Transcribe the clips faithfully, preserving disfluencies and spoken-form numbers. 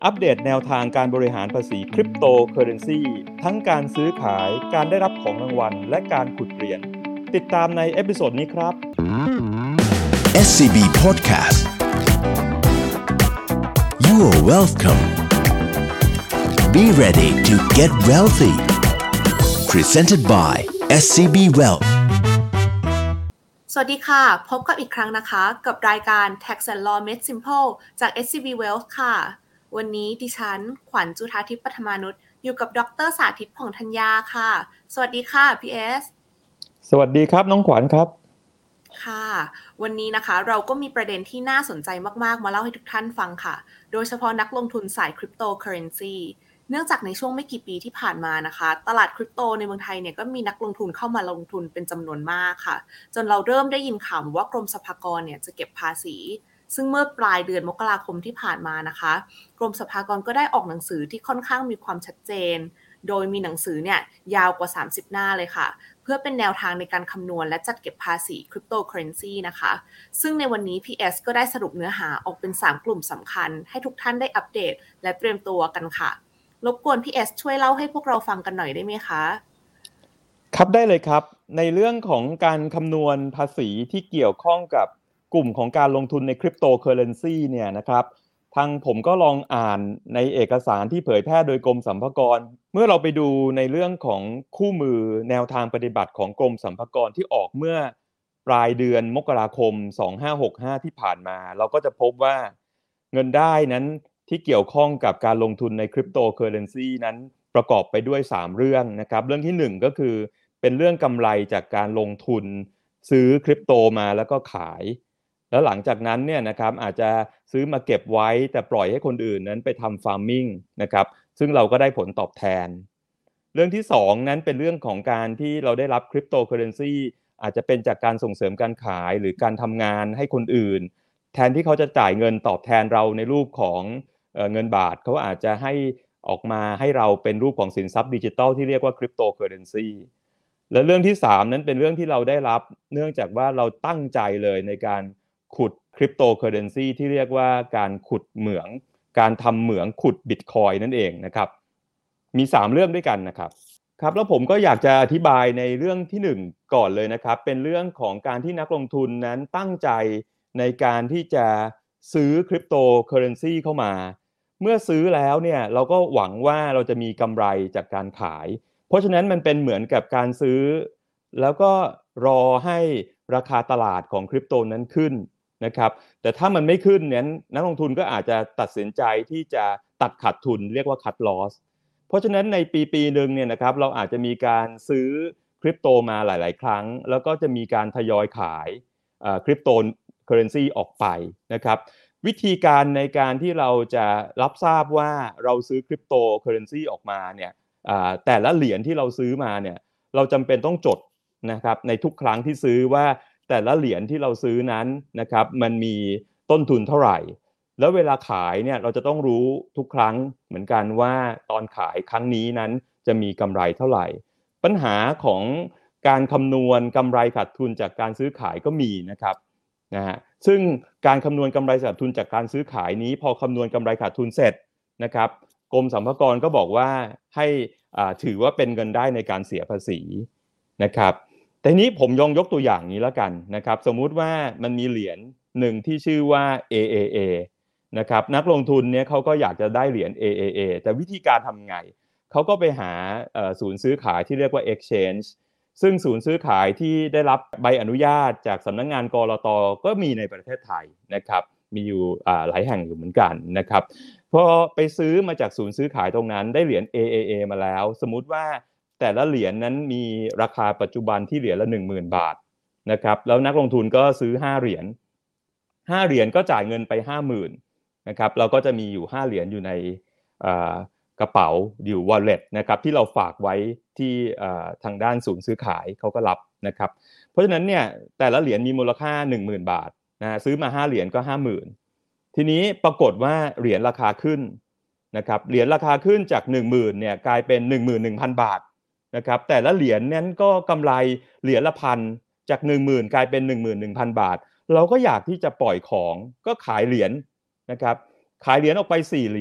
อัปเดตแนวทางการบริหารภาษีคริปโตเคอเรนซีทั้งการซื้อขายการได้รับของรางวัลและการขุดเหรียญติดตามในเอพิโซดนี้ครับเอส ซี บี Podcast You are welcome Be ready to get wealthy Presented by เอส ซี บี Wealth สวัสดีค่ะพบกับอีกครั้งนะคะกับรายการ Tax and Law Made Simple จาก เอส ซี บี Wealth ค่ะวันนี้ดิฉันขวัญจุฑาทิพย์ปัทมานุชอยู่กับดร.สาธิตผ่องธัญญาค่ะสวัสดีค่ะพี่เอสสวัสดีครับน้องขวัญครับค่ะวันนี้นะคะเราก็มีประเด็นที่น่าสนใจมากๆมาเล่าให้ทุกท่านฟังค่ะโดยเฉพาะนักลงทุนสายคริปโตเคอเรนซีเนื่องจากในช่วงไม่กี่ปีที่ผ่านมานะคะตลาดคริปโตในเมืองไทยเนี่ยก็มีนักลงทุนเข้ามาลงทุนเป็นจำนวนมากค่ะจนเราเริ่มได้ยินข่าวว่ากรมสรรพากรเนี่ยจะเก็บภาษีซึ่งเมื่อปลายเดือนมกราคมที่ผ่านมานะคะกรมสรรพากรก็ได้ออกหนังสือที่ค่อนข้างมีความชัดเจนโดยมีหนังสือเนี่ยยาวกว่าสามสิบหน้าเลยค่ะเพื่อเป็นแนวทางในการคำนวณและจัดเก็บภาษีคริปโตเคอเรนซีนะคะซึ่งในวันนี้ พี เอส ก็ได้สรุปเนื้อหาออกเป็นสามกลุ่มสำคัญให้ทุกท่านได้อัปเดตและเตรียมตัวกันค่ะรบกวนพี่เอสช่วยเล่าให้พวกเราฟังกันหน่อยได้ไหมคะครับได้เลยครับในเรื่องของการคำนวณภาษีที่เกี่ยวข้องกับกลุ่มของการลงทุนในคริปโตเคอเรนซีเนี่ยนะครับทางผมก็ลองอ่านในเอกสารที่เผยแพร่โดยกรมสรรพากรเมื่อเราไปดูในเรื่องของคู่มือแนวทางปฏิบัติของกรมสรรพากรที่ออกเมื่อปลายเดือนมกราคมสองพันห้าร้อยหกสิบห้าที่ผ่านมาเราก็จะพบว่าเงินได้นั้นที่เกี่ยวข้องกับการลงทุนในคริปโตเคอเรนซีนั้นประกอบไปด้วยสามเรื่องนะครับเรื่องที่หนึ่งก็คือเป็นเรื่องกำไรจากการลงทุนซื้อคริปโตมาแล้วก็ขายแล้วหลังจากนั้นเนี่ยนะครับอาจจะซื้อมาเก็บไว้แต่ปล่อยให้คนอื่นนั้นไปทำฟาร์มมิ่งนะครับซึ่งเราก็ได้ผลตอบแทนเรื่องที่สองนั้นเป็นเรื่องของการที่เราได้รับคริปโตเคอเรนซีอาจจะเป็นจากการส่งเสริมการขายหรือการทำงานให้คนอื่นแทนที่เขาจะจ่ายเงินตอบแทนเราในรูปของเอ่อเงินบาทเขาอาจจะให้ออกมาให้เราเป็นรูปของสินทรัพย์ดิจิทัลที่เรียกว่าคริปโตเคอเรนซีและเรื่องที่สามนั้นเป็นเรื่องที่เราได้รับเนื่องจากว่าเราตั้งใจเลยในการขุดคริปโตเคอเรนซีที่เรียกว่าการขุดเหมืองการทำเหมืองขุดบิตคอยน์นั่นเองนะครับมีสามเรื่องด้วยกันนะครับครับแล้วผมก็อยากจะอธิบายในเรื่องที่หนึ่งก่อนเลยนะครับเป็นเรื่องของการที่นักลงทุนนั้นตั้งใจในการที่จะซื้อคริปโตเคอเรนซีเข้ามาเมื่อซื้อแล้วเนี่ยเราก็หวังว่าเราจะมีกำไรจากการขายเพราะฉะนั้นมันเป็นเหมือนกับการซื้อแล้วก็รอให้ราคาตลาดของคริปโตนั้นขึ้นนะครับแต่ถ้ามันไม่ขึ้นเนี่ยนักลงทุนก็อาจจะตัดสินใจที่จะตัดขาดทุนเรียกว่า cut loss เพราะฉะนั้นในปีปีนึงเนี่ยนะครับเราอาจจะมีการซื้อคริปโตมาหลายๆครั้งแล้วก็จะมีการทยอยขายคริปโตเคอเรนซีออกไปนะครับวิธีการในการที่เราจะรับทราบว่าเราซื้อคริปโตเคอเรนซีออกมาเนี่ยแต่ละเหรียญที่เราซื้อมาเนี่ยเราจำเป็นต้องจดนะครับในทุกครั้งที่ซื้อว่าแต่ละเหรียญที่เราซื้อนั้นนะครับมันมีต้นทุนเท่าไหร่แล้วเวลาขายเนี่ยเราจะต้องรู้ทุกครั้งเหมือนกันว่าตอนขายครั้งนี้นั้นจะมีกำไรเท่าไหร่ปัญหาของการคำนวณกำไรขาดทุนจากการซื้อขายก็มีนะครับนะฮะซึ่งการคำนวณกำไรขาดทุนจากการซื้อขายนี้พอคำนวณกำไรขาดทุนเสร็จนะครับกรมสรรพากรก็บอกว่าให้อ่าถือว่าเป็นเงินได้ในการเสียภาษีนะครับแต่นี้ผมยองยกตัวอย่างนี้แล้วกันนะครับสมมุติว่ามันมีเหรียญหนึ่งที่ชื่อว่า เอ เอ เอ นะครับนักลงทุนเนี่ยเขาก็อยากจะได้เหรียญ เอ เอ เอ แต่วิธีการทำไงเขาก็ไปหาศูนย์ซื้อขายที่เรียกว่า exchange ซึ่งศูนย์ซื้อขายที่ได้รับใบอนุญาตจากสำนักงานกลต.ก็มีในประเทศไทยนะครับมีอยู่หลายแห่งอยู่เหมือนกันนะครับพอไปซื้อมาจากศูนย์ซื้อขายตรงนั้นได้เหรียญ เอ เอ เอ มาแล้วสมมุติว่าแต่ละเหรียญนั้นมีราคาปัจจุบันที่เหรียญละ หนึ่งหมื่น บาทนะครับแล้วนักลงทุนก็ซื้อห้าเหรียญห้าเหรียญก็จ่ายเงินไป ห้าหมื่น นะครับเราก็จะมีอยู่ห้าเหรียญอยู่ในกระเป๋าอยู่ wallet นะครับที่เราฝากไว้ที่ทางด้านศูนย์ซื้อขายเขาก็รับนะครับเพราะฉะนั้นเนี่ยแต่ละเหรียญมีมูลค่า หนึ่งหมื่น บาทนะซื้อมาห้าเหรียญก็ ห้าหมื่น ทีนี้ปรากฏว่าเหรียญราคาขึ้นนะครับเหรียญราคาขึ้นจาก หนึ่งหมื่น เนี่ยกลายเป็น หนึ่งหมื่นหนึ่งพัน บาทนะครับแต่ละเหรียญนั้นก็กำไรเหรียญละพันจาก หนึ่งหมื่น กลายเป็น หนึ่งหมื่นหนึ่งพัน บาทเราก็อยากที่จะปล่อยของก็ขายเหรียญนะครับขายเหรียญออกไปสี่เหรียญ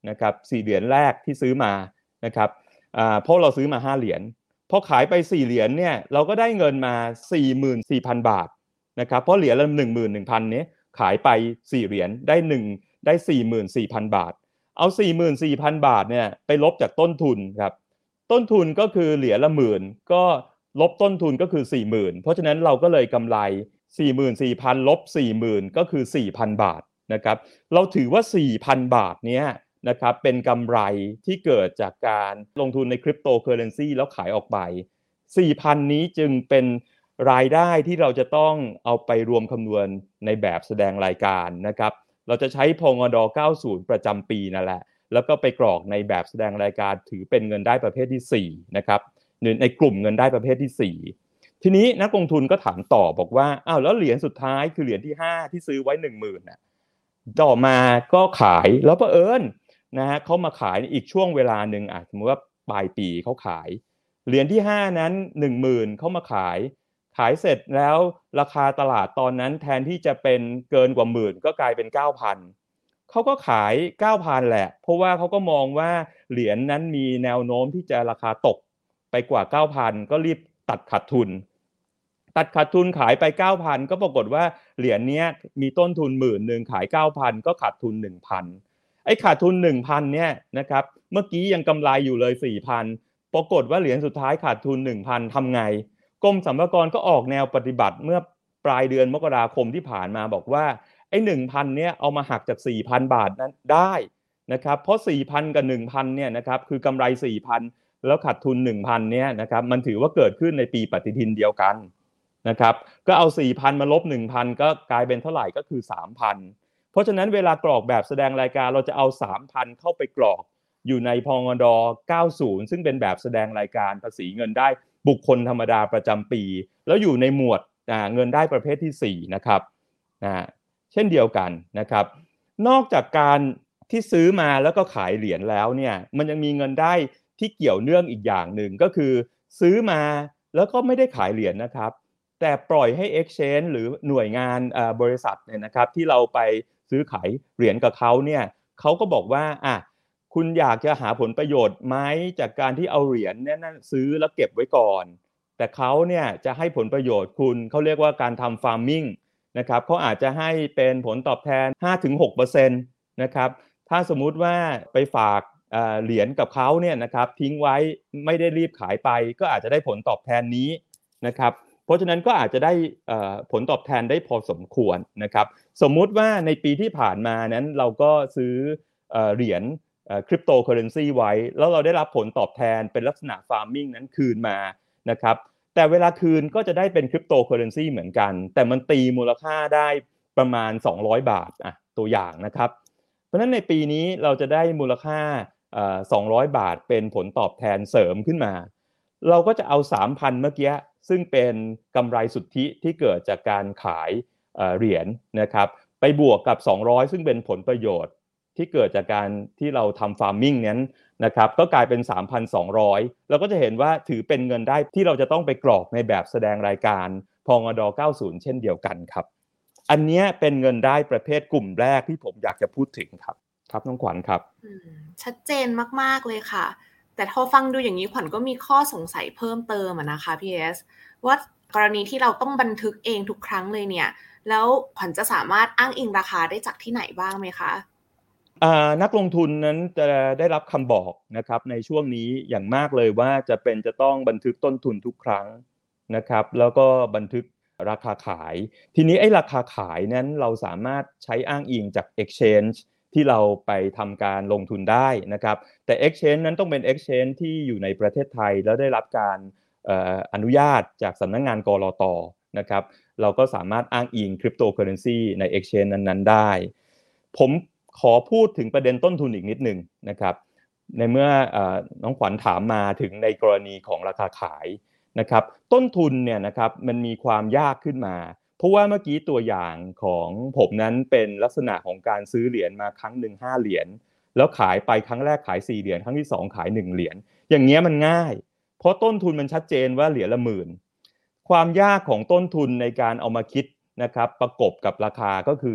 นะครับสี่เหรียญแรกที่ซื้อมานะครับอ่าเพราะเราซื้อมาห้าเหรียญพอขายไปสี่เหรียญเนี่ยเราก็ได้เงินมา สี่หมื่นสี่พัน บาทนะครับเพราะเหรียญละ หนึ่งหมื่นหนึ่งพัน เนี้ยขายไปสี่เหรียญได้1ได้ สี่หมื่นสี่พัน บาทเอา สี่หมื่นสี่พัน บาทเนี่ยไปลบจากต้นทุนครับต้นทุนก็คือเหรียญละหมื่นก็ลบต้นทุนก็คือ สี่หมื่น เพราะฉะนั้นเราก็เลยกำไร สี่หมื่นสี่พัน ลบ สี่หมื่น ก็คือ สี่พัน บาทนะครับเราถือว่า สี่พัน บาทเนี้ยนะครับเป็นกำไรที่เกิดจากการลงทุนในคริปโตเคอเรนซีแล้วขายออกไป สี่พัน นี้จึงเป็นรายได้ที่เราจะต้องเอาไปรวมคำนวณในแบบแสดงรายการนะครับเราจะใช้พงดเก้าสิบประจำปีนั่นแหละแล้วก็ไปกรอกในแบบแสดงรายการถือเป็นเงินได้ประเภทที่สี่นะครับในกลุ่มเงินได้ประเภทที่สี่ทีนี้นักลงทุนก็ถามต่อบอกว่าอ้าวแล้วเหรียญสุดท้ายคือเหรียญที่ห้าที่ซื้อไว้ หนึ่งหมื่น น่ะต่อมาก็ขายแล้วเผอิญนะฮะเขามาขายอีกช่วงเวลานึงอ่ะสมมุติว่าปลายปีเขาขายเหรียญที่ห้านั้น หนึ่งหมื่น เขามาขายขายเสร็จแล้วราคาตลาดตอนนั้นแทนที่จะเป็นเกินกว่าหมื่นก็กลายเป็น เก้าพัน เขาก็ขาย เก้าพัน แหละเพราะว่าเขาก็มองว่าเหรียญนั้นมีแนวโน้มที่จะราคาตกไปกว่า เก้าพัน ก็รีบตัดขาดทุนตัดขาดทุนขายไป เก้าพัน ก็ปรากฏว่าเหรียญนี้มีต้นทุน หมื่น นึงขาย เก้าพัน ก็ขาดทุน หนึ่งพัน ไอ้ขาดทุน หนึ่งพัน เนี่ยนะครับเมื่อกี้ยังกำไรอยู่เลย สี่พัน ปรากฏว่าเหรียญสุดท้ายขาดทุน หนึ่งพัน ทำไงกรมสรรพากรก็ออกแนวปฏิบัติเมื่อปลายเดือนมกราคมที่ผ่านมาบอกว่าไอ้ หนึ่งพัน เนี่ยเอามาหักจาก สี่พัน บาทนั้นได้นะครับเพราะ สี่พัน กับ หนึ่งพัน เนี่ยนะครับคือกำไร สี่พัน แล้วขาดทุน หนึ่งพัน เนี่ยนะครับมันถือว่าเกิดขึ้นในปีปฏิทินเดียวกันนะครับก็เอา สี่พัน มาลบ หนึ่งพัน ก็กลายเป็นเท่าไหร่ก็คือ สามพัน เพราะฉะนั้นเวลากรอกแบบแสดงรายการเราจะเอา สามพัน เข้าไปกรอกอยู่ในพงดเก้าสิบซึ่งเป็นแบบแสดงรายการภาษีเงินได้บุคคลธรรมดาประจำปีแล้วอยู่ในหมวดเงินได้ประเภทที่สี่นะครับนะเช่นเดียวกันนะครับนอกจากการที่ซื้อมาแล้วก็ขายเหรียญแล้วเนี่ยมันยังมีเงินได้ที่เกี่ยวเนื่องอีกอย่างหนึ่งก็คือซื้อมาแล้วก็ไม่ได้ขายเหรียญนะครับแต่ปล่อยให้ exchange หรือหน่วยงานบริษัทเนี่ยนะครับที่เราไปซื้อขายเหรียญกับเขาเนี่ยเขาก็บอกว่าอ่ะคุณอยากจะหาผลประโยชน์ไหมจากการที่เอาเหรียญเนี่ยซื้อแล้วเก็บไว้ก่อนแต่เขาเนี่ยจะให้ผลประโยชน์คุณเขาเรียกว่าการทำ farming นะครับเขาอาจจะให้เป็นผลตอบแทน ห้าถึงหกเปอร์เซ็นต์ นะครับถ้าสมมุติว่าไปฝากเอ่อเหรียญกับเขาเนี่ยนะครับทิ้งไว้ไม่ได้รีบขายไปก็อาจจะได้ผลตอบแทนนี้นะครับเพราะฉะนั้นก็อาจจะได้เอ่อผลตอบแทนได้พอสมควรนะครับสมมุติว่าในปีที่ผ่านมานั้นเราก็ซื้อเอ่อเหรียญเอ่อคริปโตเคอเรนซีไว้แล้วเราได้รับผลตอบแทนเป็นลักษณะ farming นั้นคืนมานะครับแต่เวลาคืนก็จะได้เป็นคริปโตเคอเรนซีเหมือนกันแต่มันตีมูลค่าได้ประมาณสองร้อยบาทอ่ะตัวอย่างนะครับเพราะฉะนั้นในปีนี้เราจะได้มูลค่าเอ่อสองร้อยบาทเป็นผลตอบแทนเสริมขึ้นมาเราก็จะเอา สามพัน เมื่อกี้ซึ่งเป็นกำไรสุทธิที่เกิดจากการขายเอ่อเหรียญนะครับไปบวกกับสองร้อยซึ่งเป็นผลประโยชน์ที่เกิดจากการที่เราทำ farming นั้นนะครับก็กลายเป็น สามพันสองร้อยเราก็จะเห็นว่าถือเป็นเงินได้ที่เราจะต้องไปกรอกในแบบแสดงรายการพงดเก้าสิบเช่นเดียวกันครับอันนี้เป็นเงินได้ประเภทกลุ่มแรกที่ผมอยากจะพูดถึงครับครับน้องขวัญครับชัดเจนมากๆเลยค่ะแต่พอฟังดูอย่างนี้ขวัญก็มีข้อสงสัยเพิ่มเติมอะนะคะพี่เอสว่ากรณีที่เราต้องบันทึกเองทุกครั้งเลยเนี่ยแล้วขวัญจะสามารถอ้างอิงราคาได้จากที่ไหนบ้างไหมคะนักลงทุนนั้นจะได้รับคำบอกนะครับในช่วงนี้อย่างมากเลยว่าจะเป็นจะต้องบันทึกต้นทุนทุกครั้งนะครับแล้วก็บันทึกราคาขายทีนี้ไอ้ราคาขายนั้นเราสามารถใช้อ้างอิงจาก exchange ที่เราไปทำการลงทุนได้นะครับแต่ exchange นั้นต้องเป็น exchange ที่อยู่ในประเทศไทยแล้วได้รับการเอ่ออนุญาตจากสำนักงานกลต.นะครับเราก็สามารถอ้างอิงคริปโตเคอเรนซีใน exchange นั้นๆได้ผมขอพูดถึงประเด็นต้นทุนอีกนิดนึงนะครับในเมื่อน้องขวัญถามมาถึงในกรณีของราคาขายนะครับต้นทุนเนี่ยนะครับมันมีความยากขึ้นมาเพราะว่าเมื่อกี้ตัวอย่างของผมนั้นเป็นลักษณะของการซื้อเหรียญมาครั้งหนึ่งห้าเหรียญแล้วขายไปครั้งแรกขายสี่เหรียญครั้งที่สองขายหนึ่งเหรียญอย่างเงี้ยมันง่ายเพราะต้นทุนมันชัดเจนว่าเหรียญละหมื่นความยากของต้นทุนในการเอามาคิดนะครับประกบกับราคาก็คือ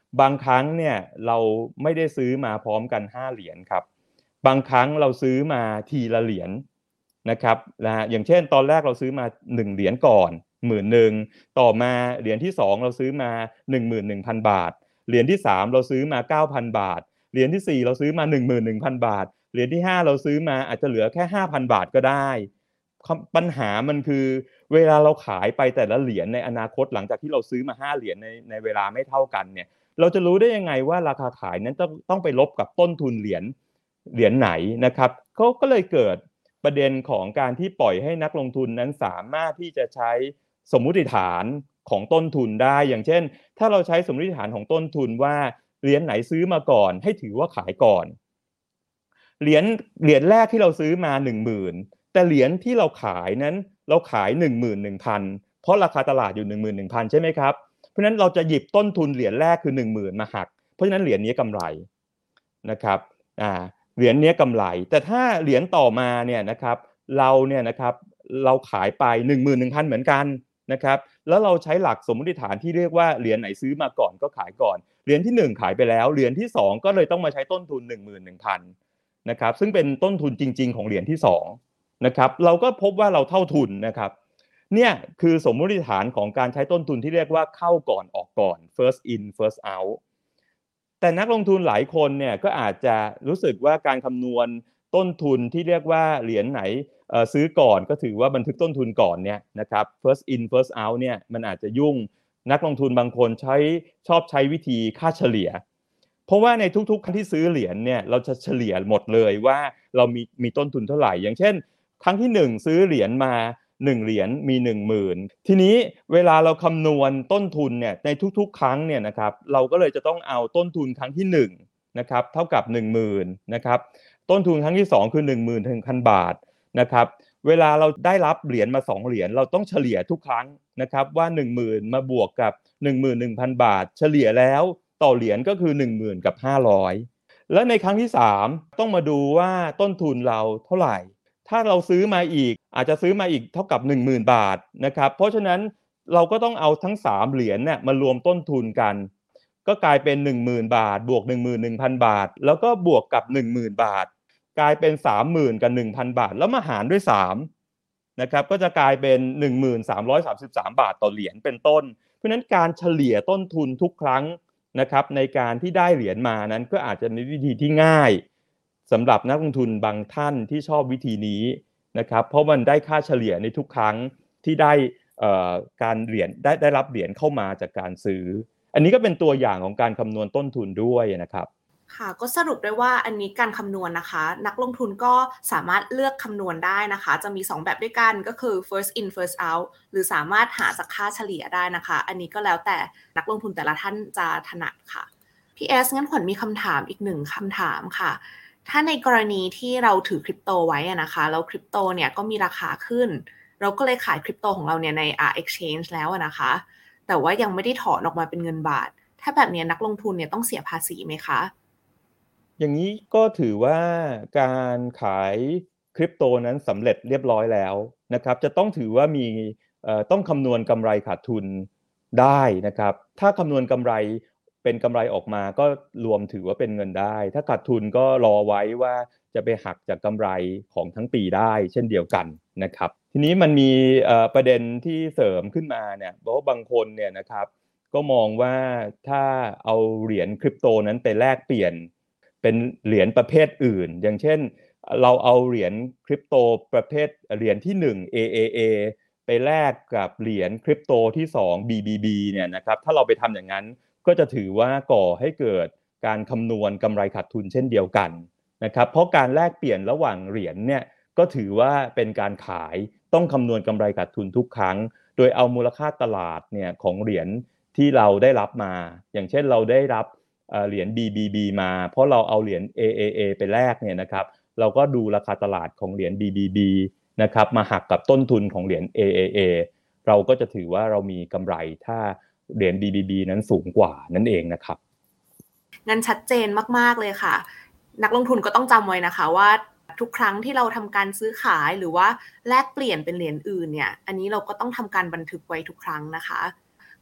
บางครั้งเนี่ยเราไม่ได้ซื้อมาพร้อมกันห้าเหรียญครับบางครั้งเราซื้อมาทีละเหรียญนะครับนะฮะอย่างเช่นตอนแรกเราซื้อมาหนึ่งเหรียญก่อน หมื่นหนึ่ง ต่อมาเหรียญที่สองเราซื้อมา หนึ่งหมื่นหนึ่งพัน บาทเหรียญที่สามเราซื้อมา เก้าพัน บาทเหรียญที่สี่เราซื้อมา หนึ่งหมื่นหนึ่งพัน บาทเหรียญที่ห้าเราซื้อมาอาจจะเหลือแค่ ห้าพัน บาทก็ได้ปัญหามันคือเวลาเราขายไปแต่ละเหรียญในอนาคตหลังจากที่เราซื้อมาห้าเหรียญในในเวลาไม่เท่ากันเนี่ยเราจะรู้ได้ยังไงว่าราคาขายนั้นต้องต้องไปลบกับต้นทุนเหรียญเหรียญไหนนะครับเขาก็เลยเกิดประเด็นของการที่ปล่อยให้นักลงทุนนั้นสามารถที่จะใช้สมมุติฐานของต้นทุนได้อย่างเช่นถ้าเราใช้สมมุติฐานของต้นทุนว่าเหรียญไหนซื้อมาก่อนให้ถือว่าขายก่อนเหรียญเหรียญแรกที่เราซื้อมา หนึ่งหมื่น แต่เหรียญที่เราขายนั้นเราขาย หนึ่งหมื่นหนึ่งพัน เพราะราคาตลาดอยู่ หนึ่งหมื่นหนึ่งพัน ใช่ไหมครับเพราะฉะนั้นเราจะหยิบต้นทุนเหรียญแรกคือ หนึ่งหมื่น มาหักเพราะฉะนั้นเหรียญนี้กำไรนะครับอ่าเหรียญนี้กำไรแต่ถ้าเหรียญต่อมาเนี่ยนะครับเราเนี่ยนะครับเราขายไป หนึ่งหมื่นหนึ่งพัน เหมือนกันนะครับแล้วเราใช้หลักสมมุติฐานที่เรียกว่าเหรียญไหนซื้อมาก่อนก็ขายก่อนเหรียญที่หนึ่งขายไปแล้วเหรียญที่สองก็เลยต้องมาใช้ต้นทุน หนึ่งหมื่นหนึ่งพัน นะครับซึ่งเป็นต้นทุนจริงๆของเหรียญที่สองนะครับเราก็พบว่าเราเท่าทุนนะครับเนี่ยคือสมมุติฐานของการใช้ต้นทุนที่เรียกว่าเข้าก่อนออกก่อน first in first out แต่นักลงทุนหลายคนเนี่ยก็อาจจะรู้สึกว่าการคำนวณต้นทุนที่เรียกว่าเหรียญไหนเอ่อซื้อก่อนก็ถือว่าบันทึกต้นทุนก่อนเนี่ยนะครับ first in first out เนี่ยมันอาจจะยุ่งนักลงทุนบางคนใช้ชอบใช้วิธีค่าเฉลี่ยเพราะว่าในทุกๆครั้งที่ซื้อเหรียญเนี่ยเราจะเฉลี่ยหมดเลยว่าเรามีมีต้นทุนเท่าไหร่อย่างเช่นครั้งที่หนึ่งซื้อเหรียญมาหนึ่งเหรียญมี หนึ่งหมื่น ทีนี้เวลาเราคำนวณต้นทุนเนี่ยในทุกๆครั้งเนี่ยนะครับเราก็เลยจะต้องเอาต้นทุนครั้งที่หนึ่งนะครับเท่ากับ หนึ่งหมื่น นะครับต้นทุนครั้งที่สองคือ หนึ่งหมื่นหนึ่งพัน บาทนะครับเวลาเราได้รับเหรียญมาสองเหรียญเราต้องเฉลี่ยทุกครั้งนะครับว่า หนึ่งหมื่น มาบวกกับ หนึ่งหมื่นหนึ่งพัน บาทเฉลี่ยแล้วต่อเหรียญก็คือ หนึ่งหมื่น กับ ห้าร้อย และในครั้งที่สามต้องมาดูว่าต้นทุนเราเท่าไหร่ถ้าเราซื้อมาอีกอาจจะซื้อมาอีกเท่ากับ หนึ่งหมื่น บาทนะครับเพราะฉะนั้นเราก็ต้องเอาทั้งสามเหรียญเนี่ยมารวมต้นทุนกันก็กลายเป็น หนึ่งหมื่น บาทบวก หนึ่งหมื่นหนึ่งพัน บาทแล้วก็บวกกับ หนึ่งหมื่น บาทกลายเป็น สามหมื่น กับ หนึ่งพัน บาทแล้วมาหารด้วยสามนะครับก็จะกลายเป็น หนึ่งหมื่นสามร้อยสามสิบสาม บาทต่อเหรียญเป็นต้นเพราะฉะนั้นการเฉลี่ยต้นทุนทุกครั้งนะครับในการที่ได้เหรียญมานั้นก็อาจจะมีวิธีที่ง่ายสำหรับนักลงทุนบางท่านที่ชอบวิธีนี้นะครับเพราะมันได้ค่าเฉลี่ยในทุกครั้งที่ได้เอ่อการเหรียญได้ได้รับเหรียญเข้ามาจากการซื้ออันนี้ก็เป็นตัวอย่างของการคำนวณต้นทุนด้วยนะครับค่ะก็สรุปได้ว่าอันนี้การคำนวณนะคะนักลงทุนก็สามารถเลือกคำนวณได้นะคะจะมีสองแบบด้วยกันก็คือ first in first out หรือสามารถหาจากค่าเฉลี่ยได้นะคะอันนี้ก็แล้วแต่นักลงทุนแต่ละท่านจะถนัดค่ะพี่เอสงั้นขวัญมีคำถามอีกหนึ่งคำถามค่ะถ้าในกรณีที่เราถือคริปโตไว้อะนะคะแล้วคริปโตเนี่ยก็มีราคาขึ้นเราก็เลยขายคริปโตของเราเนี่ยใน อ่า exchange แล้วอะนะคะแต่ว่ายังไม่ได้ถอนออกมาเป็นเงินบาทถ้าแบบนี้นักลงทุนเนี่ยต้องเสียภาษีไหมคะอย่างนี้ก็ถือว่าการขายคริปโตนั้นสำเร็จเรียบร้อยแล้วนะครับจะต้องถือว่ามีเอ่อต้องคำนวณกำไรขาดทุนได้นะครับถ้าคำนวณกำไรเป็นกำไรออกมาก็รวมถือว่าเป็นเงินได้ถ้าขาดทุนก็รอไว้ว่าจะไปหักจากกำไรของทั้งปีได้เช่นเดียวกันนะครับทีนี้มันมีเอ่อประเด็นที่เสริมขึ้นมาเนี่ยเพราะว่าบางคนเนี่ยนะครับก็มองว่าถ้าเอาเหรียญคริปโตนั้นไปแลกเปลี่ยนเป็นเหรียญประเภทอื่นอย่างเช่นเราเอาเหรียญคริปโตประเภทเหรียญที่หนึ่ง เอ เอ เอ ไปแลกกับเหรียญคริปโตที่สอง บี บี บี เนี่ยนะครับถ้าเราไปทำอย่างนั้นก็จะถือว่าก่อให้เกิดการคำนวณกำไรขาดทุนเช่นเดียวกันนะครับเพราะการแลกเปลี่ยนระหว่างเหรียญเนี่ยก็ถือว่าเป็นการขายต้องคำนวณกำไรขาดทุนทุกครั้งโดยเอามูลค่าตลาดเนี่ยของเหรียญที่เราได้รับมาอย่างเช่นเราได้รับเหรียญ บี บี บี มาเพราะเราเอาเหรียญ เอ เอ เอ ไปแลกเนี่ยนะครับเราก็ดูราคาตลาดของเหรียญ บี บี บี นะครับมาหักกับต้นทุนของเหรียญ เอ เอ เอ เราก็จะถือว่าเรามีกำไรถ้าเหรียญ บี บี บี นั้นสูงกว่านั่นเองนะครับงั้นชัดเจนมากๆเลยค่ะนักลงทุนก็ต้องจำไว้นะคะว่าทุกครั้งที่เราทำการซื้อขายหรือว่าแลกเปลี่ยนเป็นเหรียญอื่นเนี่ยอันนี้เราก็ต้องทำการบันทึกไว้ทุกครั้งนะคะ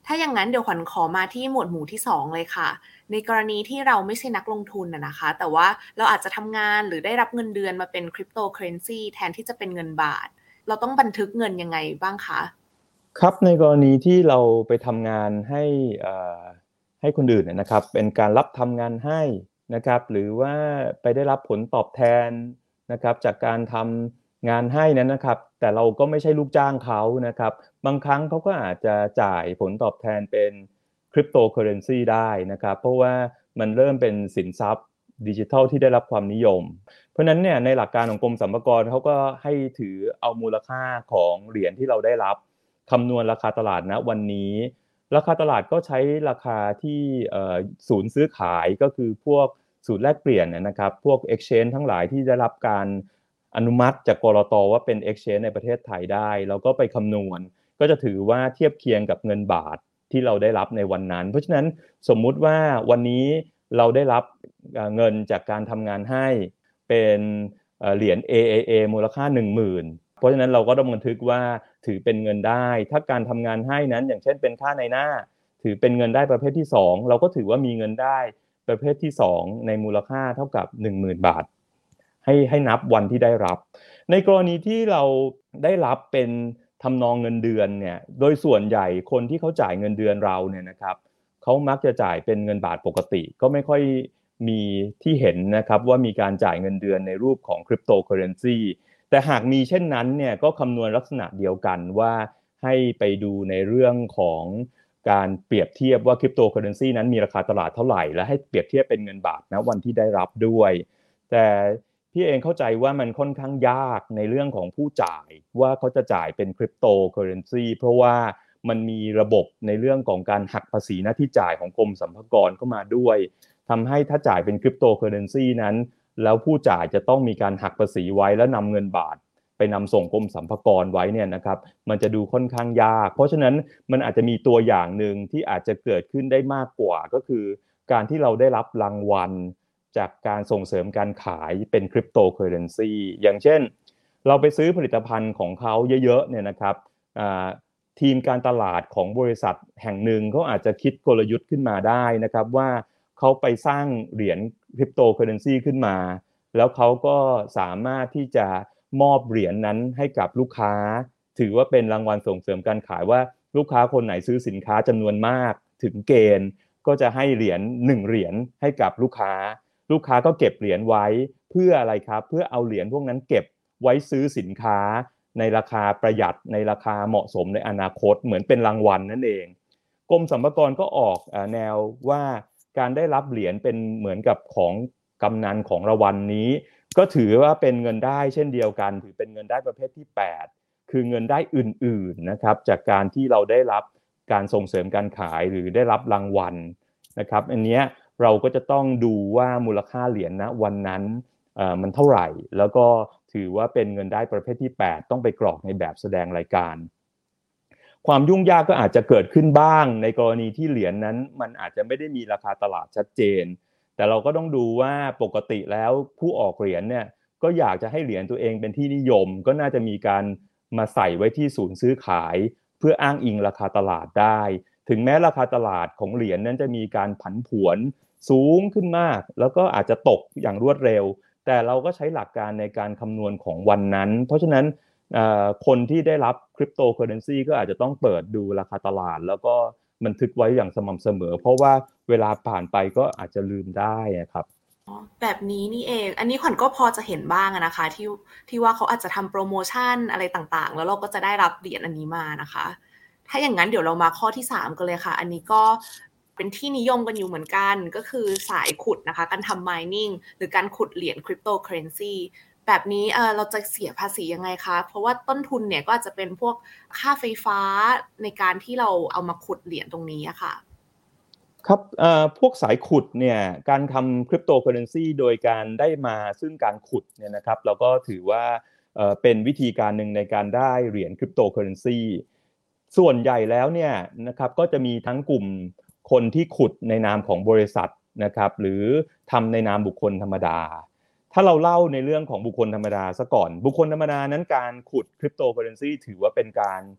ถ้าอย่างนั้นเดี๋ยวขวัญขอมาที่หมวดหมู่ที่สองเลยค่ะในกรณีที่เราไม่ใช่นักลงทุนนะคะแต่ว่าเราอาจจะทำงานหรือได้รับเงินเดือนมาเป็นคริปโตเคอเรนซีแทนที่จะเป็นเงินบาทเราต้องบันทึกเงินยังไงบ้างคะครับในกรณีที่เราไปทำงานให้ให้คนอื่นนะครับเป็นการรับทำงานให้นะครับหรือว่าไปได้รับผลตอบแทนนะครับจากการทำงานให้นั้นนะครับแต่เราก็ไม่ใช่ลูกจ้างเขานะครับบางครั้งเขาก็อาจจะจ่ายผลตอบแทนเป็นคริปโตเคอเรนซีได้นะครับเพราะว่ามันเริ่มเป็นสินทรัพย์ดิจิทัลที่ได้รับความนิยมเพราะฉะนั้นเนี่ยในหลักการของกรมสรรพากรเขาก็ให้ถือเอามูลค่าของเหรียญที่เราได้รับคำนวณราคาตลาดณวันนี้ราคาตลาดก็ใช้ราคาที่ศูนย์ซื้อขายก็คือพวกศูนย์แลกเปลี่ยนนะครับพวก exchange ทั้งหลายที่ได้รับการอนุมัติจากกลต.ว่าเป็น exchange ในประเทศไทยได้เราก็ไปคำนวณก็จะถือว่าเทียบเคียงกับเงินบาทที่เราได้รับในวันนั้นเพราะฉะนั้นสมมุติว่าวันนี้เราได้รับเงินจากการทำงานให้เป็นเหรียญ เอ เอ เอ มูลค่า หนึ่งหมื่น เพราะฉะนั้นเราก็ต้องบันทึกว่าถือเป็นเงินได้ถ้าการทำงานให้นั้นอย่างเช่นเป็นค่าในหน้าถือเป็นเงินได้ประเภทที่สองเราก็ถือว่ามีเงินได้ประเภทที่สองในมูลค่าเท่ากับ หนึ่งหมื่น บาทให้ให้นับวันที่ได้รับในกรณีที่เราได้รับเป็นทำนองเงินเดือนเนี่ยโดยส่วนใหญ่คนที่เขาจ่ายเงินเดือนเราเนี่ยนะครับเขามักจะจ่ายเป็นเงินบาทปกติก็ไม่ค่อยมีที่เห็นนะครับว่ามีการจ่ายเงินเดือนในรูปของคริปโตเคอเรนซีแต่หากมีเช่นนั้นเนี่ยก็คำนวณลักษณะเดียวกันว่าให้ไปดูในเรื่องของการเปรียบเทียบว่าคริปโตเคอเรนซีนั้นมีราคาตลาดเท่าไหร่และให้เปรียบเทียบเป็นเงินบาทนะวันที่ได้รับด้วยแต่พี่เองเข้าใจว่ามันค่อนข้างยากในเรื่องของผู้จ่ายว่าเขาจะจ่ายเป็นคริปโตเคอเรนซีเพราะว่ามันมีระบบในเรื่องของการหักภาษีหน้าที่จ่ายของกรมสรรพากรเข้ามาด้วยทำให้ถ้าจ่ายเป็นคริปโตเคอเรนซีนั้นแล้วผู้จ่ายจะต้องมีการหักภาษีไว้แล้วนำเงินบาทไปนำส่งกรมสรรพากรไว้เนี่ยนะครับมันจะดูค่อนข้างยากเพราะฉะนั้นมันอาจจะมีตัวอย่างหนึ่งที่อาจจะเกิดขึ้นได้มากกว่าก็คือการที่เราได้รับรางวัลจากการส่งเสริมการขายเป็นคริปโตเคอเรนซีอย่างเช่นเราไปซื้อผลิตภัณฑ์ของเขาเยอะๆเนี่ยนะครับทีมการตลาดของบริษัทแห่งหนึ่งเขาอาจจะคิดกลยุทธ์ขึ้นมาได้นะครับว่าเขาไปสร้างเหรียญคริปโตเคอเรนซีขึ้นมาแล้วเขาก็สามารถที่จะมอบเหรียญนั้นให้กับลูกค้าถือว่าเป็นรางวัลส่งเสริมการขายว่าลูกค้าคนไหนซื้อสินค้าจำนวนมากถึงเกณฑ์ก็จะให้เหรียญหนึ่งเหรียญให้กับลูกค้าลูกค้าก็เก็บเหรียญไว้เพื่ออะไรครับเพื่อเอาเหรียญพวกนั้นเก็บไว้ซื้อสินค้าในราคาประหยัดในราคาเหมาะสมในอนาคตเหมือนเป็นรางวัลนั่นเองกรมสรรพากรก็ออกแนวว่าการได้รับเหรียญเป็นเหมือนกับของกำนันของรางวัลนี้ก็ถือว่าเป็นเงินได้เช่นเดียวกันถือเป็นเงินได้ประเภทที่แปดคือเงินได้อื่นๆนะครับจากการที่เราได้รับการส่งเสริมการขายหรือได้รับรางวัลนะครับอันนี้เราก็จะต้องดูว่ามูลค่าเหรียญนะวันนั้นมันเท่าไหร่แล้วก็ถือว่าเป็นเงินได้ประเภทที่แปดต้องไปกรอกในแบบแสดงรายการความยุ่งยากก็อาจจะเกิดขึ้นบ้างในกรณีที่เหรียญนั้นมันอาจจะไม่ได้มีราคาตลาดชัดเจนแต่เราก็ต้องดูว่าปกติแล้วผู้ออกเหรียญเนี่ยก็อยากจะให้เหรียญตัวเองเป็นที่นิยมก็น่าจะมีการมาใส่ไว้ที่ศูนย์ซื้อขายเพื่ออ้างอิงราคาตลาดได้ถึงแม้ราคาตลาดของเหรียญนั้นจะมีการผันผวนสูงขึ้นมากแล้วก็อาจจะตกอย่างรวดเร็วแต่เราก็ใช้หลักการในการคำนวณของวันนั้นเพราะฉะนั้นคนที่ได้รับคริปโตเคอเรนซีก็อาจจะต้องเปิดดูราคาตลาดแล้วก็บันทึกไว้อย่างสม่ำเสมอเพราะว่าเวลาผ่านไปก็อาจจะลืมได้ครับแบบนี้นี่เองอันนี้ขวัญก็พอจะเห็นบ้างนะคะที่ที่ว่าเขาอาจจะทำโปรโมชั่นอะไรต่างๆแล้วเราก็จะได้รับเหรียญอันนี้มานะคะถ้าอย่างนั้นเดี๋ยวเรามาข้อที่สามกันเลยค่ะอันนี้ก็เป็นที่นิยมกันอยู่เหมือนกันก็คือสายขุดนะคะการทำ mining หรือการขุดเหรียญคริปโตเคอเรนซีแบบนี้เออเราจะเสียภาษียังไงคะเพราะว่าต้นทุนเนี่ยก็อาจจะเป็นพวกค่าไฟฟ้าในการที่เราเอามาขุดเหรียญตรงนี้อะค่ะครับพวกสายขุดเนี่ยการทำคริปโตเคอเรนซีโดยการได้มาซึ่งการขุดเนี่ยนะครับเราก็ถือว่าเป็นวิธีการหนึ่งในการได้เหรียญคริปโตเคอเรนซีส่วนใหญ่แล้วเนี่ยนะครับก็จะมีทั้งกลุ่มคนที่ขุดในนามของบริษัทนะครับหรือทำในนามบุคคลธรรมดาถ้าเราเล่าในเรื่องของบุคคลธรรมดาซะก่อนบุคคลธรรมดานั้นการขุดคริปโตเคอเรนซีถือว่าเป็นการ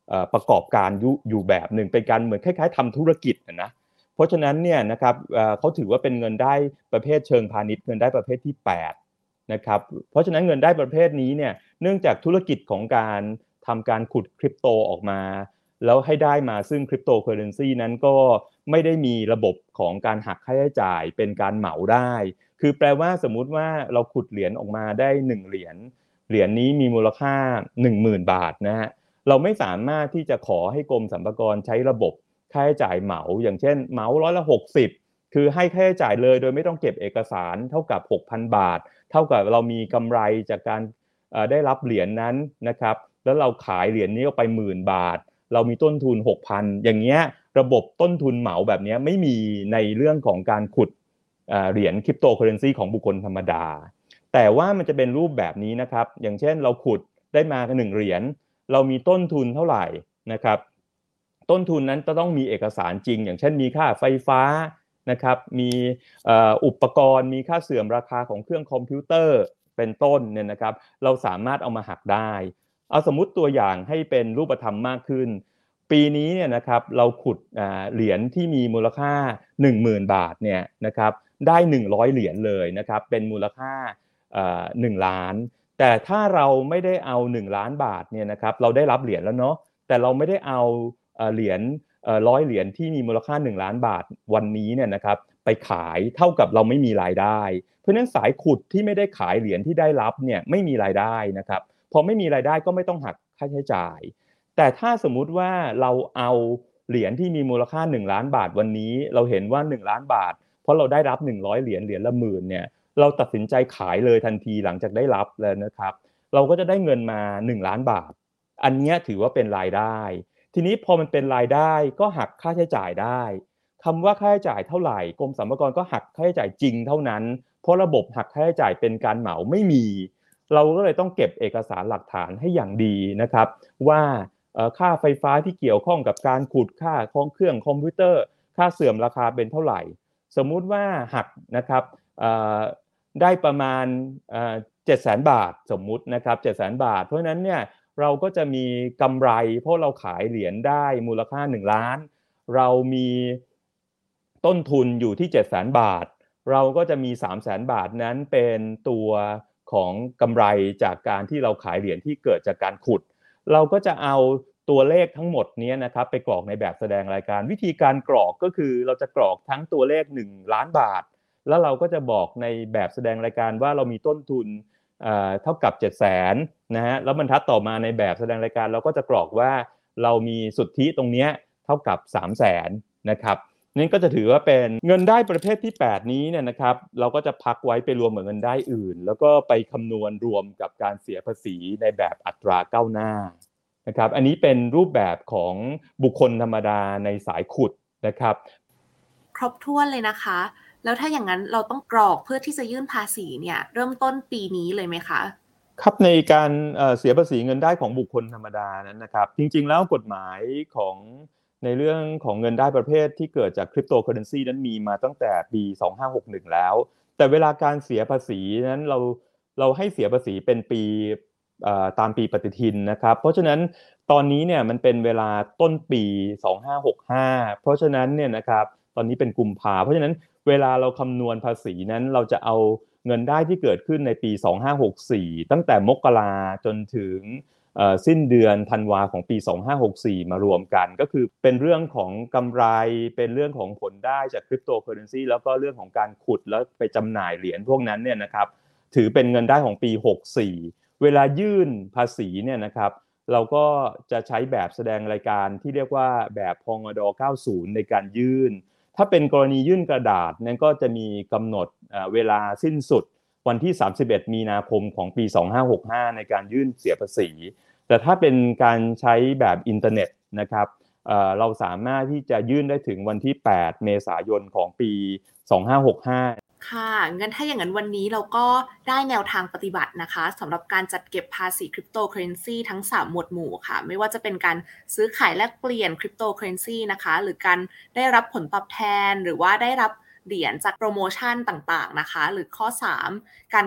เอ่อประกอบการอยู่อยู่แบบหนึ่งเป็นการเหมือนคล้ายๆทำธุรกิจนะเพราะฉะนั้นเนี่ยนะครับเอ่อเขาถือว่าเป็นเงินได้ประเภทเชิงพาณิชย์เงินได้ประเภทที่แปดนะครับเพราะฉะนั้นเงินได้ประเภทนี้เนี่ยเนื่องจากธุรกิจของการทำการขุดคริปโตออกมาแล้วให้ได้มาซึ่งคริปโตเคอเรนซีนั้นก็ไม่ได้มีระบบของการหักค่าใช้จ่ายเป็นการเหมาได้คือแปลว่าสมมุติว่าเราขุดเหรียญออกมาได้หนึ่งเหรียญเหรียญนี้มีมูลค่า หนึ่งหมื่น บาทนะฮะเราไม่สามารถที่จะขอให้กรมสรรพากรใช้ระบบค่าใช้จ่ายเหมาอย่างเช่นเหมาร้อยละหกสิบคือให้ค่าใช้จ่ายเลยโดยไม่ต้องเก็บเอกสารเท่ากับ หกพัน บาทเท่ากับเรามีกำไรจากการได้รับเหรียญนั้นนะครับแล้วเราขายเหรียญนี้ออกไปหมื่นบาทเรามีต้นทุน หกพัน อย่างเงี้ยระบบต้นทุนเหมาแบบนี้ไม่มีในเรื่องของการขุดเหรียญคริปโตเคอเรนซีของบุคคลธรรมดาแต่ว่ามันจะเป็นรูปแบบนี้นะครับอย่างเช่นเราขุดได้มาหนึ่งเหรียญเรามีต้นทุนเท่าไหร่นะครับต้นทุนนั้นจะต้องมีเอกสารจริงอย่างเช่นมีค่าไฟฟ้านะครับมีอุปกรณ์มีค่าเสื่อมราคาของเครื่องคอมพิวเตอร์เป็นต้นเนี่ยนะครับเราสามารถเอามาหักได้เอาสมมุติตัวอย่างให้เป็นรูปธรรมมากขึ้นปีนี้เนี่ยนะครับเราขุดเหรียญที่มีมูลค่า หนึ่งหมื่น บาทเนี่ยนะครับได้หนึ่งร้อยเหรียญเลยนะครับเป็นมูลค่าหนึ่งล้านแต่ถ้าเราไม่ได้เอาหนึ่งล้านบาทเนี่ยนะครับเราได้รับเหรียญแล้วเนาะแต่เราไม่ได้เอาเหรียญร้อยเหรียญที่มีมูลค่าหนึ่งล้านบาทวันนี้เนี่ยนะครับไปขายเท่ากับเราไม่มีรายได้เพราะฉะนั้นสายขุดที่ไม่ได้ขายเหรียญที่ได้รับเนี่ยไม่มีรายได้นะครับพอไม่มีรายได้ก็ไม่ต้องหักค่าใช้จ่ายแต่ถ้าสมมุติว่าเราเอาเหรียญที่มีมูลค่าหนึ่งล้านบาทวันนี้เราเห็นว่าหนึ่งล้านบาทเพราะเราได้รับหนึ่งร้อยเหรียญเหรียญละหมื่นเนี่ยเราตัดสินใจขายเลยทันทีหลังจากได้รับแล้วนะครับเราก็จะได้เงินมาหนึ่งล้านบาทอันนี้ถือว่าเป็นรายได้ทีนี้พอมันเป็นรายได้ก็หักค่าใช้จ่ายได้คำว่าค่าใช้จ่ายเท่าไหร่กรมสรรพากรก็หักค่าใช้จ่ายจริงเท่านั้นเพราะระบบหักค่าใช้จ่ายเป็นการเหมาไม่มีเราก็เลยต้องเก็บเอกสารหลักฐานให้อย่างดีนะครับว่าค่าไฟฟ้าที่เกี่ยวข้องกับการขุดค่าของเครื่องคอมพิวเตอร์ค่าเสื่อมราคาเป็นเท่าไหร่สมมุติว่าหักนะครับได้ประมาณเจ็ดแสนบาทสมมุตินะครับเจ็ดแสนบาทเพราะฉะนั้นเนี่ยเราก็จะมีกำไรเพราะเราขายเหรียญได้มูลค่าหนึ่งล้านเรามีต้นทุนอยู่ที่เจ็ดแสนบาทเราก็จะมีสามแสนบาทนั้นเป็นตัวของกำไรจากการที่เราขายเหรียญที่เกิดจากการขุดเราก็จะเอาตัวเลขทั้งหมดนี้นะครับไปกรอกในแบบแสดงรายการวิธีการกรอกก็คือเราจะกรอกทั้งตัวเลขหนึ่งล้านบาทแล้วเราก็จะบอกในแบบแสดงรายการว่าเรามีต้นทุนเอ่อเท่ากับ เจ็ดแสน นะฮะแล้วบรรทัดต่อมาในแบบแสดงรายการเราก็จะกรอกว่าเรามีสุทธิตรงนี้เท่ากับ สามแสน นะครับนี่ก็จะถือว่าเป็นเงินได้ประเภทที่แปดนี้เนี่ยนะครับเราก็จะพักไว้ไปรวมกับเงินได้อื่นแล้วก็ไปคำนวณรวมกับการเสียภาษีในแบบอัตราก้าวหน้านะครับอันนี้เป็นรูปแบบของบุคคลธรรมดาในสายขุดนะครับครบถ้วนเลยนะคะแล้วถ้าอย่างนั้นเราต้องกรอกเพื่อที่จะยื่นภาษีเนี่ยเริ่มต้นปีนี้เลยไหมคะครับในการเอ่อเสียภาษีเงินได้ของบุคคลธรรมดานั้นนะครับจริงๆแล้วกฎหมายของในเรื่องของเงินได้ประเภทที่เกิดจากคริปโตเคอเรนซีนั้นมีมาตั้งแต่ปีสองพันห้าร้อยหกสิบเอ็ดแล้วแต่เวลาการเสียภาษีนั้นเราเราให้เสียภาษีเป็นปีเอ่อตามปีปฏิทินนะครับเพราะฉะนั้นตอนนี้เนี่ยมันเป็นเวลาต้นปีสองพันห้าร้อยหกสิบห้าเพราะฉะนั้นเนี่ยนะครับตอนนี้เป็นกุมภาเพราะฉะนั้นเวลาเราคำนวณภาษีนั้นเราจะเอาเงินได้ที่เกิดขึ้นในปีสองพันห้าร้อยหกสิบสี่ตั้งแต่มกราจนถึงสิ้นเดือนธันวาของปีสองพันห้าร้อยหกสิบสี่มารวมกันก็คือเป็นเรื่องของกำไรเป็นเรื่องของผลได้จากคริปโตเคอเรนซีแล้วก็เรื่องของการขุดแล้วไปจำหน่ายเหรียญพวกนั้นเนี่ยนะครับถือเป็นเงินได้ของปีหกสิบสี่เวลายื่นภาษีเนี่ยนะครับเราก็จะใช้แบบแสดงรายการที่เรียกว่าแบบพงดเก้าสิบในการยื่นถ้าเป็นกรณียื่นกระดาษนั้นก็จะมีกำหนดเวลาสิ้นสุดวันที่สามสิบเอ็ดมีนาคมของปีสองพันห้าร้อยหกสิบห้าในการยื่นเสียภาษีแต่ถ้าเป็นการใช้แบบอินเทอร์เน็ตนะครับเอ่อเราสามารถที่จะยื่นได้ถึงวันที่แปดเมษายนของปีสองพันห้าร้อยหกสิบห้าค่ะงั้นถ้าอย่างนั้นวันนี้เราก็ได้แนวทางปฏิบัตินะคะสำหรับการจัดเก็บภาษีคริปโตเคอเรนซีทั้งสามหมวดหมู่ค่ะไม่ว่าจะเป็นการซื้อขายแลกเปลี่ยนคริปโตเคอเรนซีนะคะหรือการได้รับผลตอบแทนหรือว่าได้รับเหรียญจากโปรโมชั่นต่างๆนะคะหรือข้อสามการขุด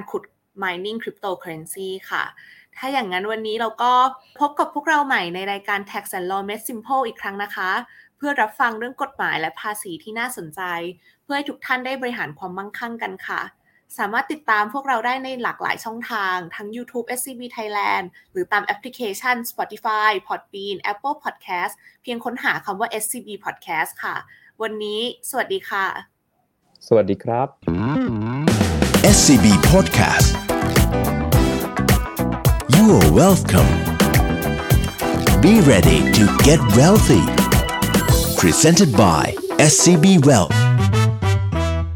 mining cryptocurrency ค่ะถ้าอย่างนั้นวันนี้เราก็พบกับพวกเราใหม่ในรายการ Tax and Law Made Simple อีกครั้งนะคะเพื่อรับฟังเรื่องกฎหมายและภาษีที่น่าสนใจเพื่อให้ทุกท่านได้บริหารความมั่งคั่งกันค่ะสามารถติดตามพวกเราได้ในหลากหลายช่องทางทั้ง YouTube เอส ซี บี Thailand หรือตามแอปพลิเคชัน Spotify, Podbean, Apple Podcast เพียงค้นหาคำว่า เอส ซี บี Podcast ค่ะวันนี้สวัสดีค่ะสวัสดีครับเอส ซี บี Podcast You are welcome Be ready to get wealthy Presented by เอส ซี บี Wealth